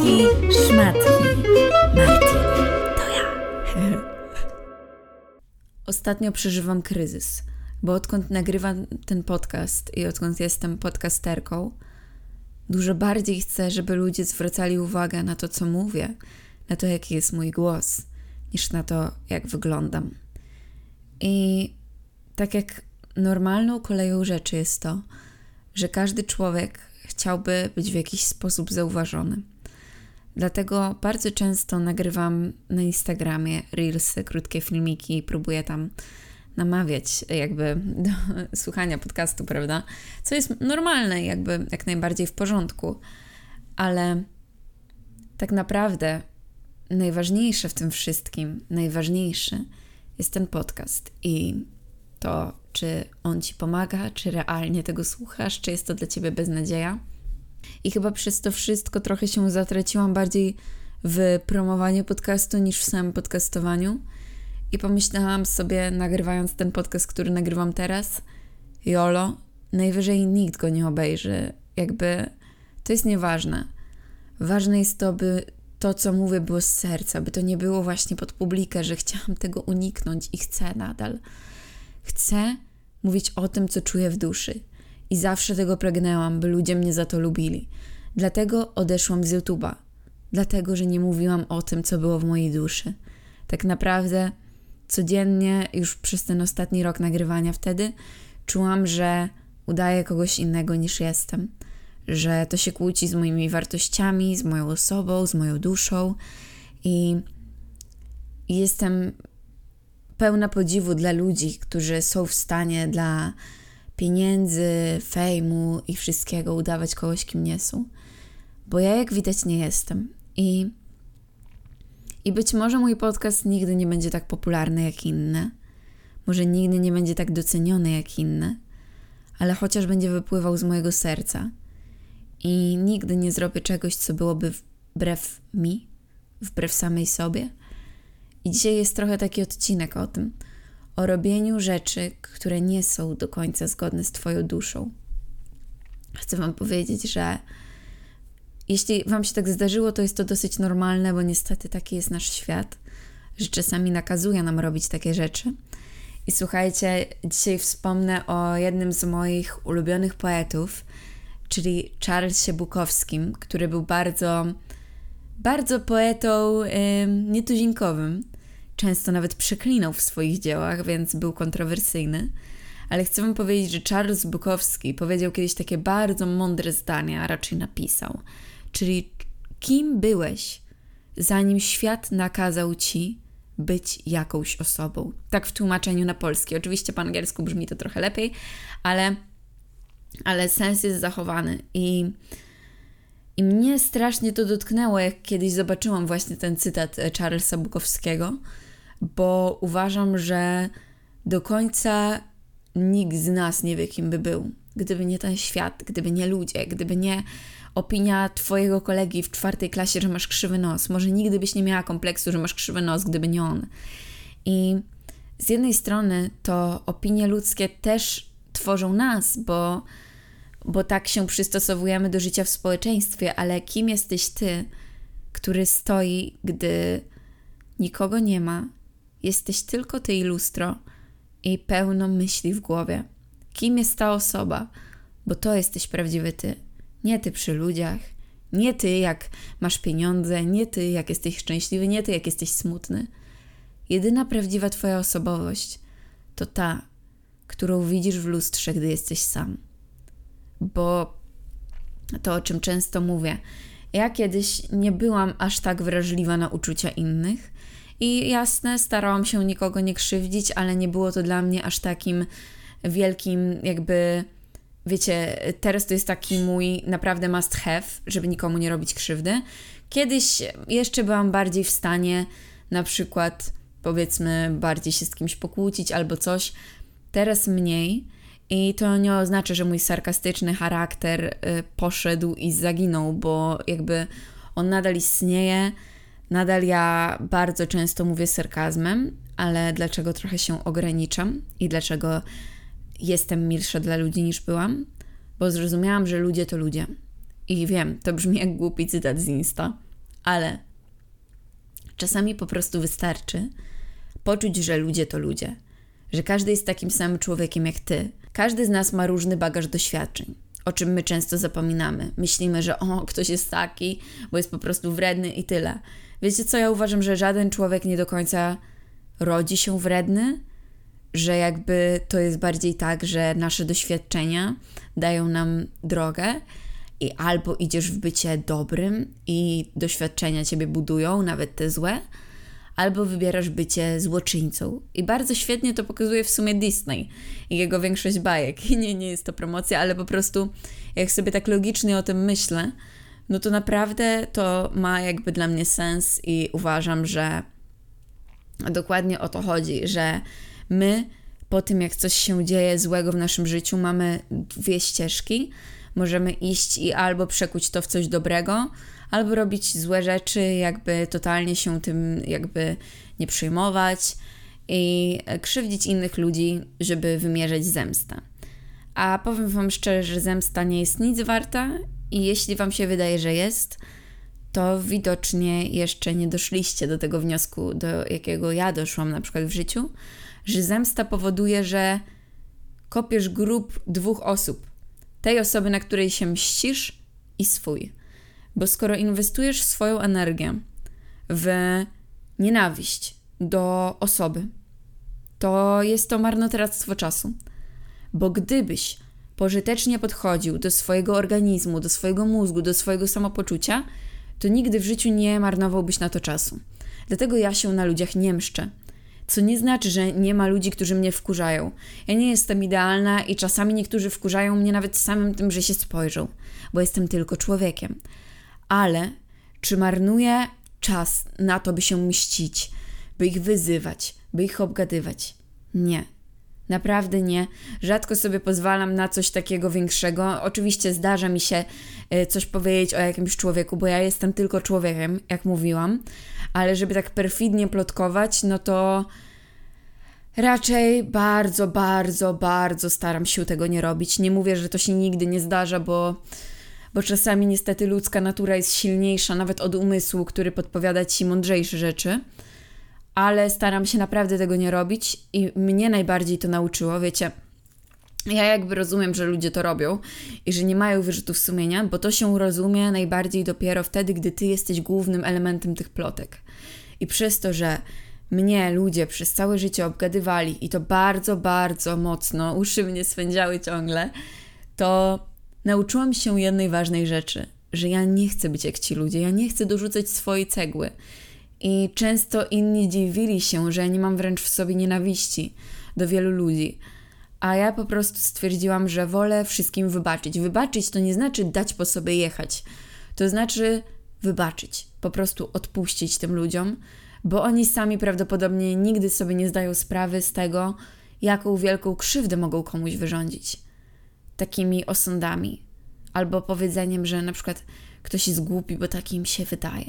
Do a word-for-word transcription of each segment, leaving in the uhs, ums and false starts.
Szmatki, szmatki. Martin, to ja. Ostatnio przeżywam kryzys, bo odkąd nagrywam ten podcast i odkąd jestem podcasterką, dużo bardziej chcę, żeby ludzie zwracali uwagę na to, co mówię, na to, jaki jest mój głos, niż na to, jak wyglądam. I tak jak normalną koleją rzeczy jest to, że każdy człowiek chciałby być w jakiś sposób zauważony. Dlatego bardzo często nagrywam na Instagramie reelsy, krótkie filmiki i próbuję tam namawiać jakby do słuchania podcastu, prawda? Co jest normalne, jakby jak najbardziej w porządku. Ale tak naprawdę najważniejsze w tym wszystkim, najważniejszy jest ten podcast i to, czy on Ci pomaga, czy realnie tego słuchasz, czy jest to dla Ciebie beznadzieja. I chyba przez to wszystko trochę się zatraciłam bardziej w promowaniu podcastu niż w samym podcastowaniu. I pomyślałam sobie, nagrywając ten podcast, który nagrywam teraz, jolo, najwyżej nikt go nie obejrzy. Jakby to jest nieważne. Ważne jest to, by to, co mówię, było z serca, by to nie było właśnie pod publikę, że chciałam tego uniknąć i chcę nadal. Chcę mówić o tym, co czuję w duszy. I zawsze tego pragnęłam, by ludzie mnie za to lubili. Dlatego odeszłam z YouTube'a. Dlatego, że nie mówiłam o tym, co było w mojej duszy. Tak naprawdę codziennie, już przez ten ostatni rok nagrywania wtedy, czułam, że udaję kogoś innego niż jestem. Że to się kłóci z moimi wartościami, z moją osobą, z moją duszą. I, i jestem pełna podziwu dla ludzi, którzy są w stanie dla pieniędzy, fejmu i wszystkiego udawać kogoś, kim nie są. Bo ja, jak widać, nie jestem. I, i być może mój podcast nigdy nie będzie tak popularny jak inne. Może nigdy nie będzie tak doceniony jak inne. Ale chociaż będzie wypływał z mojego serca. I nigdy nie zrobię czegoś, co byłoby wbrew mi, wbrew samej sobie. I dzisiaj jest trochę taki odcinek o tym, o robieniu rzeczy, które nie są do końca zgodne z Twoją duszą. Chcę Wam powiedzieć, że jeśli Wam się tak zdarzyło, to jest to dosyć normalne, bo niestety taki jest nasz świat, że czasami nakazuje nam robić takie rzeczy. I słuchajcie, dzisiaj wspomnę o jednym z moich ulubionych poetów, czyli Charlesie Bukowskim, który był bardzo, bardzo poetą yy, nietuzinkowym. Często nawet przeklinał w swoich dziełach, więc był kontrowersyjny. Ale chcę Wam powiedzieć, że Charles Bukowski powiedział kiedyś takie bardzo mądre zdanie, a raczej napisał. Czyli kim byłeś, zanim świat nakazał Ci być jakąś osobą? Tak w tłumaczeniu na polski. Oczywiście po angielsku brzmi to trochę lepiej, ale, ale sens jest zachowany. I, I mnie strasznie to dotknęło, jak kiedyś zobaczyłam właśnie ten cytat Charlesa Bukowskiego, bo uważam, że do końca nikt z nas nie wie, kim by był, gdyby nie ten świat, gdyby nie ludzie, gdyby nie opinia Twojego kolegi w czwartej klasie, że masz krzywy nos. Może nigdy byś nie miała kompleksu, że masz krzywy nos, gdyby nie on. I z jednej strony to opinie ludzkie też tworzą nas, bo, bo tak się przystosowujemy do życia w społeczeństwie, ale kim jesteś Ty, który stoi, gdy nikogo nie ma, jesteś tylko Ty i lustro i pełno myśli w głowie. Kim jest ta osoba? Bo to jesteś prawdziwy Ty. Nie Ty przy ludziach, nie Ty jak masz pieniądze, nie Ty jak jesteś szczęśliwy, nie Ty jak jesteś smutny. Jedyna prawdziwa Twoja osobowość to ta, którą widzisz w lustrze, gdy jesteś sam. Bo to, o czym często mówię, ja kiedyś nie byłam aż tak wrażliwa na uczucia innych i jasne, starałam się nikogo nie krzywdzić, ale nie było to dla mnie aż takim wielkim jakby, wiecie, teraz to jest taki mój naprawdę must have, żeby nikomu nie robić krzywdy. Kiedyś jeszcze byłam bardziej w stanie na przykład, powiedzmy, bardziej się z kimś pokłócić albo coś, teraz mniej. I to nie oznacza, że mój sarkastyczny charakter y, poszedł i zaginął, bo jakby on nadal istnieje, nadal ja bardzo często mówię sarkazmem, ale dlaczego trochę się ograniczam i dlaczego jestem milsza dla ludzi niż byłam? Bo zrozumiałam, że ludzie to ludzie. I wiem, to brzmi jak głupi cytat z Insta, ale czasami po prostu wystarczy poczuć, że ludzie to ludzie, że każdy jest takim samym człowiekiem jak ty. Każdy z nas ma różny bagaż doświadczeń, o czym my często zapominamy. Myślimy, że o, ktoś jest taki, bo jest po prostu wredny i tyle. Wiecie co, ja uważam, że żaden człowiek nie do końca rodzi się wredny, że jakby to jest bardziej tak, że nasze doświadczenia dają nam drogę i albo idziesz w bycie dobrym i doświadczenia ciebie budują, nawet te złe, albo wybierasz bycie złoczyńcą. I bardzo świetnie to pokazuje w sumie Disney i jego większość bajek. I nie, nie jest to promocja, ale po prostu jak sobie tak logicznie o tym myślę, no to naprawdę to ma jakby dla mnie sens i uważam, że dokładnie o to chodzi, że my po tym, jak coś się dzieje złego w naszym życiu, mamy dwie ścieżki. Możemy iść i albo przekuć to w coś dobrego, albo robić złe rzeczy, jakby totalnie się tym jakby nie przejmować i krzywdzić innych ludzi, żeby wymierzać zemstę. A powiem wam szczerze, że zemsta nie jest nic warta i jeśli wam się wydaje, że jest, to widocznie jeszcze nie doszliście do tego wniosku, do jakiego ja doszłam na przykład w życiu, że zemsta powoduje, że kopiesz grób dwóch osób. Tej osoby, na której się mścisz i swój. Bo skoro inwestujesz swoją energię w nienawiść do osoby, to jest to marnotrawstwo czasu. Bo gdybyś pożytecznie podchodził do swojego organizmu, do swojego mózgu, do swojego samopoczucia, to nigdy w życiu nie marnowałbyś na to czasu. Dlatego ja się na ludziach nie mszczę. Co nie znaczy, że nie ma ludzi, którzy mnie wkurzają. Ja nie jestem idealna i czasami niektórzy wkurzają mnie nawet samym tym, że się spojrzą, bo jestem tylko człowiekiem. Ale czy marnuję czas na to, by się mścić, by ich wyzywać, by ich obgadywać? Nie. Naprawdę nie. Rzadko sobie pozwalam na coś takiego większego. Oczywiście zdarza mi się coś powiedzieć o jakimś człowieku, bo ja jestem tylko człowiekiem, jak mówiłam, ale żeby tak perfidnie plotkować, no to raczej bardzo, bardzo, bardzo staram się tego nie robić. Nie mówię, że to się nigdy nie zdarza, bo, bo czasami niestety ludzka natura jest silniejsza nawet od umysłu, który podpowiada ci mądrzejsze rzeczy. Ale staram się naprawdę tego nie robić i mnie najbardziej to nauczyło, wiecie, ja jakby rozumiem, że ludzie to robią i że nie mają wyrzutów sumienia, bo to się rozumie najbardziej dopiero wtedy, gdy ty jesteś głównym elementem tych plotek. I przez to, że mnie ludzie przez całe życie obgadywali i to bardzo, bardzo mocno, uszy mnie swędziały ciągle, to nauczyłam się jednej ważnej rzeczy, że ja nie chcę być jak ci ludzie, ja nie chcę dorzucać swojej cegły. I często inni dziwili się, że ja nie mam wręcz w sobie nienawiści do wielu ludzi. A ja po prostu stwierdziłam, że wolę wszystkim wybaczyć. Wybaczyć to nie znaczy dać po sobie jechać. To znaczy wybaczyć. Po prostu odpuścić tym ludziom, bo oni sami prawdopodobnie nigdy sobie nie zdają sprawy z tego, jaką wielką krzywdę mogą komuś wyrządzić. Takimi osądami. Albo powiedzeniem, że na przykład ktoś jest głupi, bo tak im się wydaje.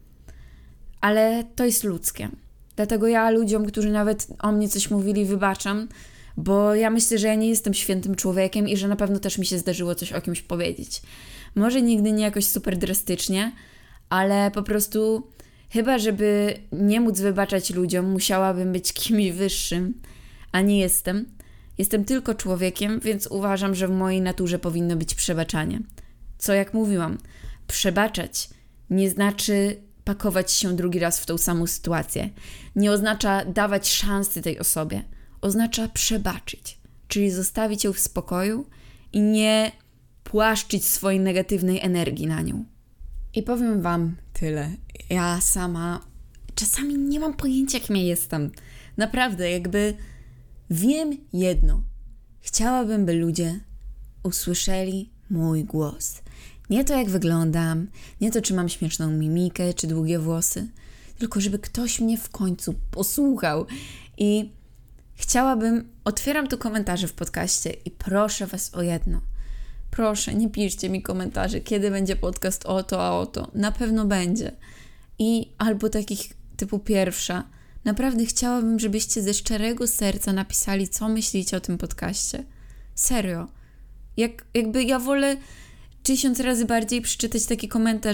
Ale to jest ludzkie. Dlatego ja ludziom, którzy nawet o mnie coś mówili, wybaczam, bo ja myślę, że ja nie jestem świętym człowiekiem i że na pewno też mi się zdarzyło coś o kimś powiedzieć. Może nigdy nie jakoś super drastycznie, ale po prostu chyba, żeby nie móc wybaczać ludziom, musiałabym być kimś wyższym, a nie jestem. Jestem tylko człowiekiem, więc uważam, że w mojej naturze powinno być przebaczanie. Co jak mówiłam, przebaczać nie znaczy pakować się drugi raz w tą samą sytuację. Nie oznacza dawać szansy tej osobie. Oznacza przebaczyć, czyli zostawić ją w spokoju i nie płaszczyć swojej negatywnej energii na nią. I powiem wam tyle. Ja sama czasami nie mam pojęcia, kim ja jestem. Naprawdę, jakby wiem jedno. Chciałabym, by ludzie usłyszeli mój głos. Nie to, jak wyglądam, nie to, czy mam śmieszną mimikę, czy długie włosy, tylko żeby ktoś mnie w końcu posłuchał. I chciałabym, otwieram tu komentarze w podcaście i proszę was o jedno. Proszę, nie piszcie mi komentarzy, kiedy będzie podcast o to, a o to. Na pewno będzie. I albo takich typu pierwsza. Naprawdę chciałabym, żebyście ze szczerego serca napisali, co myślicie o tym podcaście. Serio. Jak, jakby ja wolę tysiąc razy bardziej przeczytać taki komentarz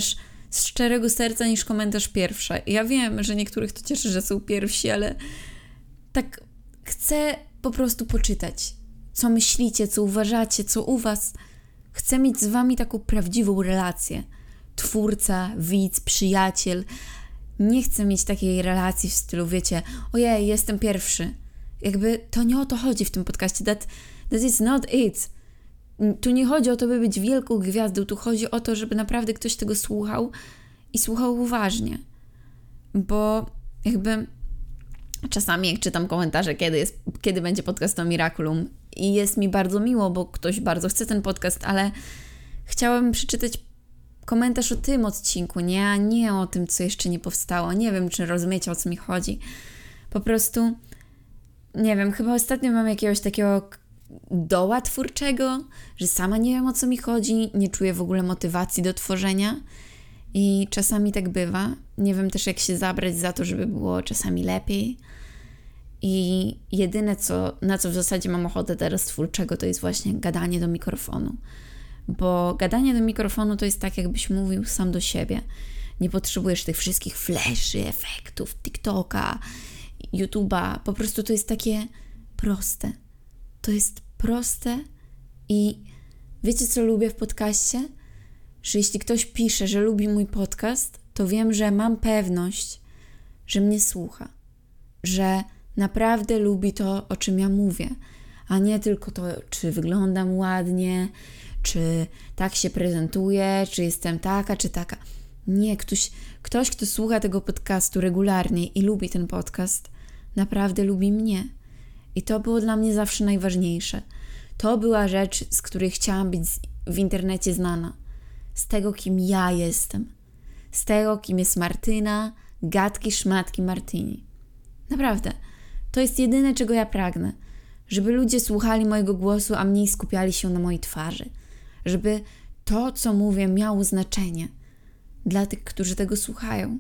z szczerego serca niż komentarz pierwsza. Ja wiem, że niektórych to cieszy, że są pierwsi, ale tak chcę po prostu poczytać, co myślicie, co uważacie, co u was. Chcę mieć z wami taką prawdziwą relację. Twórca, widz, przyjaciel. Nie chcę mieć takiej relacji w stylu, wiecie, ojej, jestem pierwszy. Jakby to nie o to chodzi w tym podcaście. That, that is not it. Tu nie chodzi o to, by być wielką gwiazdą. Tu chodzi o to, żeby naprawdę ktoś tego słuchał i słuchał uważnie. Bo jakby czasami jak czytam komentarze, kiedy, jest, kiedy będzie podcast o Miraculum i jest mi bardzo miło, bo ktoś bardzo chce ten podcast, ale chciałabym przeczytać komentarz o tym odcinku, nie, a nie o tym, co jeszcze nie powstało. Nie wiem, czy rozumiecie, o co mi chodzi. Po prostu, nie wiem, chyba ostatnio mam jakiegoś takiego doła twórczego, że sama nie wiem, o co mi chodzi, nie czuję w ogóle motywacji do tworzenia i czasami tak bywa. Nie wiem też, jak się zabrać za to, żeby było czasami lepiej. I jedyne, co, na co w zasadzie mam ochotę teraz twórczego, to jest właśnie gadanie do mikrofonu. Bo gadanie do mikrofonu to jest tak, jakbyś mówił sam do siebie. Nie potrzebujesz tych wszystkich fleszy, efektów, TikToka, YouTube'a. Po prostu to jest takie proste. To jest proste i wiecie, co lubię w podcaście? Że jeśli ktoś pisze, że lubi mój podcast, to wiem, że mam pewność, że mnie słucha. Że naprawdę lubi to, o czym ja mówię. A nie tylko to, czy wyglądam ładnie, czy tak się prezentuję, czy jestem taka, czy taka. Nie, ktoś, ktoś, kto słucha tego podcastu regularnie i lubi ten podcast, naprawdę lubi mnie. I to było dla mnie zawsze najważniejsze. To była rzecz, z której chciałam być w internecie znana. Z tego, kim ja jestem. Z tego, kim jest Martyna, gadki, szmatki Martyni. Naprawdę. To jest jedyne, czego ja pragnę. Żeby ludzie słuchali mojego głosu, a mniej skupiali się na mojej twarzy. Żeby to, co mówię, miało znaczenie dla tych, którzy tego słuchają.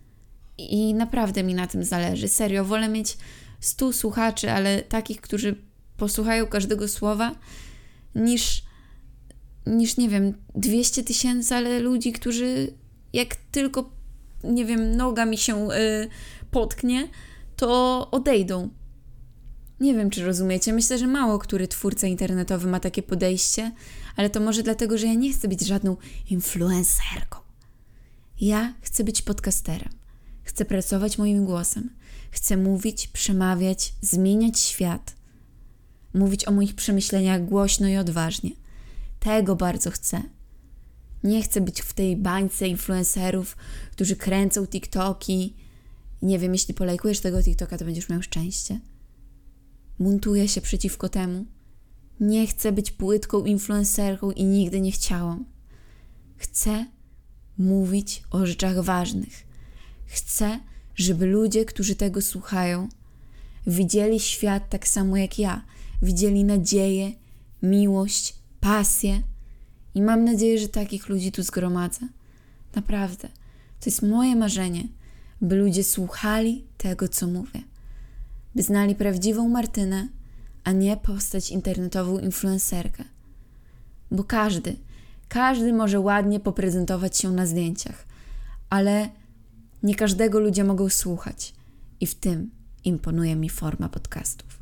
I naprawdę mi na tym zależy. Serio, wolę mieć stu słuchaczy, ale takich, którzy posłuchają każdego słowa, niż, niż nie wiem, dwieście tysięcy, ale ludzi, którzy jak tylko, nie wiem, noga mi się yy, potknie, to odejdą. Nie wiem, czy rozumiecie. Myślę, że mało który twórca internetowy ma takie podejście, ale to może dlatego, że ja nie chcę być żadną influencerką. Ja chcę być podcasterem. Chcę pracować moim głosem. Chcę mówić, przemawiać, zmieniać świat. Mówić o moich przemyśleniach głośno i odważnie. Tego bardzo chcę. Nie chcę być w tej bańce influencerów, którzy kręcą TikToki. Nie wiem, jeśli polajkujesz tego TikToka, to będziesz miał szczęście. Buntuję się przeciwko temu. Nie chcę być płytką influencerką i nigdy nie chciałam. Chcę mówić o rzeczach ważnych. Chcę, żeby ludzie, którzy tego słuchają, widzieli świat tak samo jak ja. Widzieli nadzieję, miłość, pasję. I mam nadzieję, że takich ludzi tu zgromadzę. Naprawdę. To jest moje marzenie, by ludzie słuchali tego, co mówię. By znali prawdziwą Martynę, a nie postać internetową influencerkę. Bo każdy, każdy może ładnie poprezentować się na zdjęciach, ale nie każdego ludzie mogą słuchać. I w tym imponuje mi forma podcastów.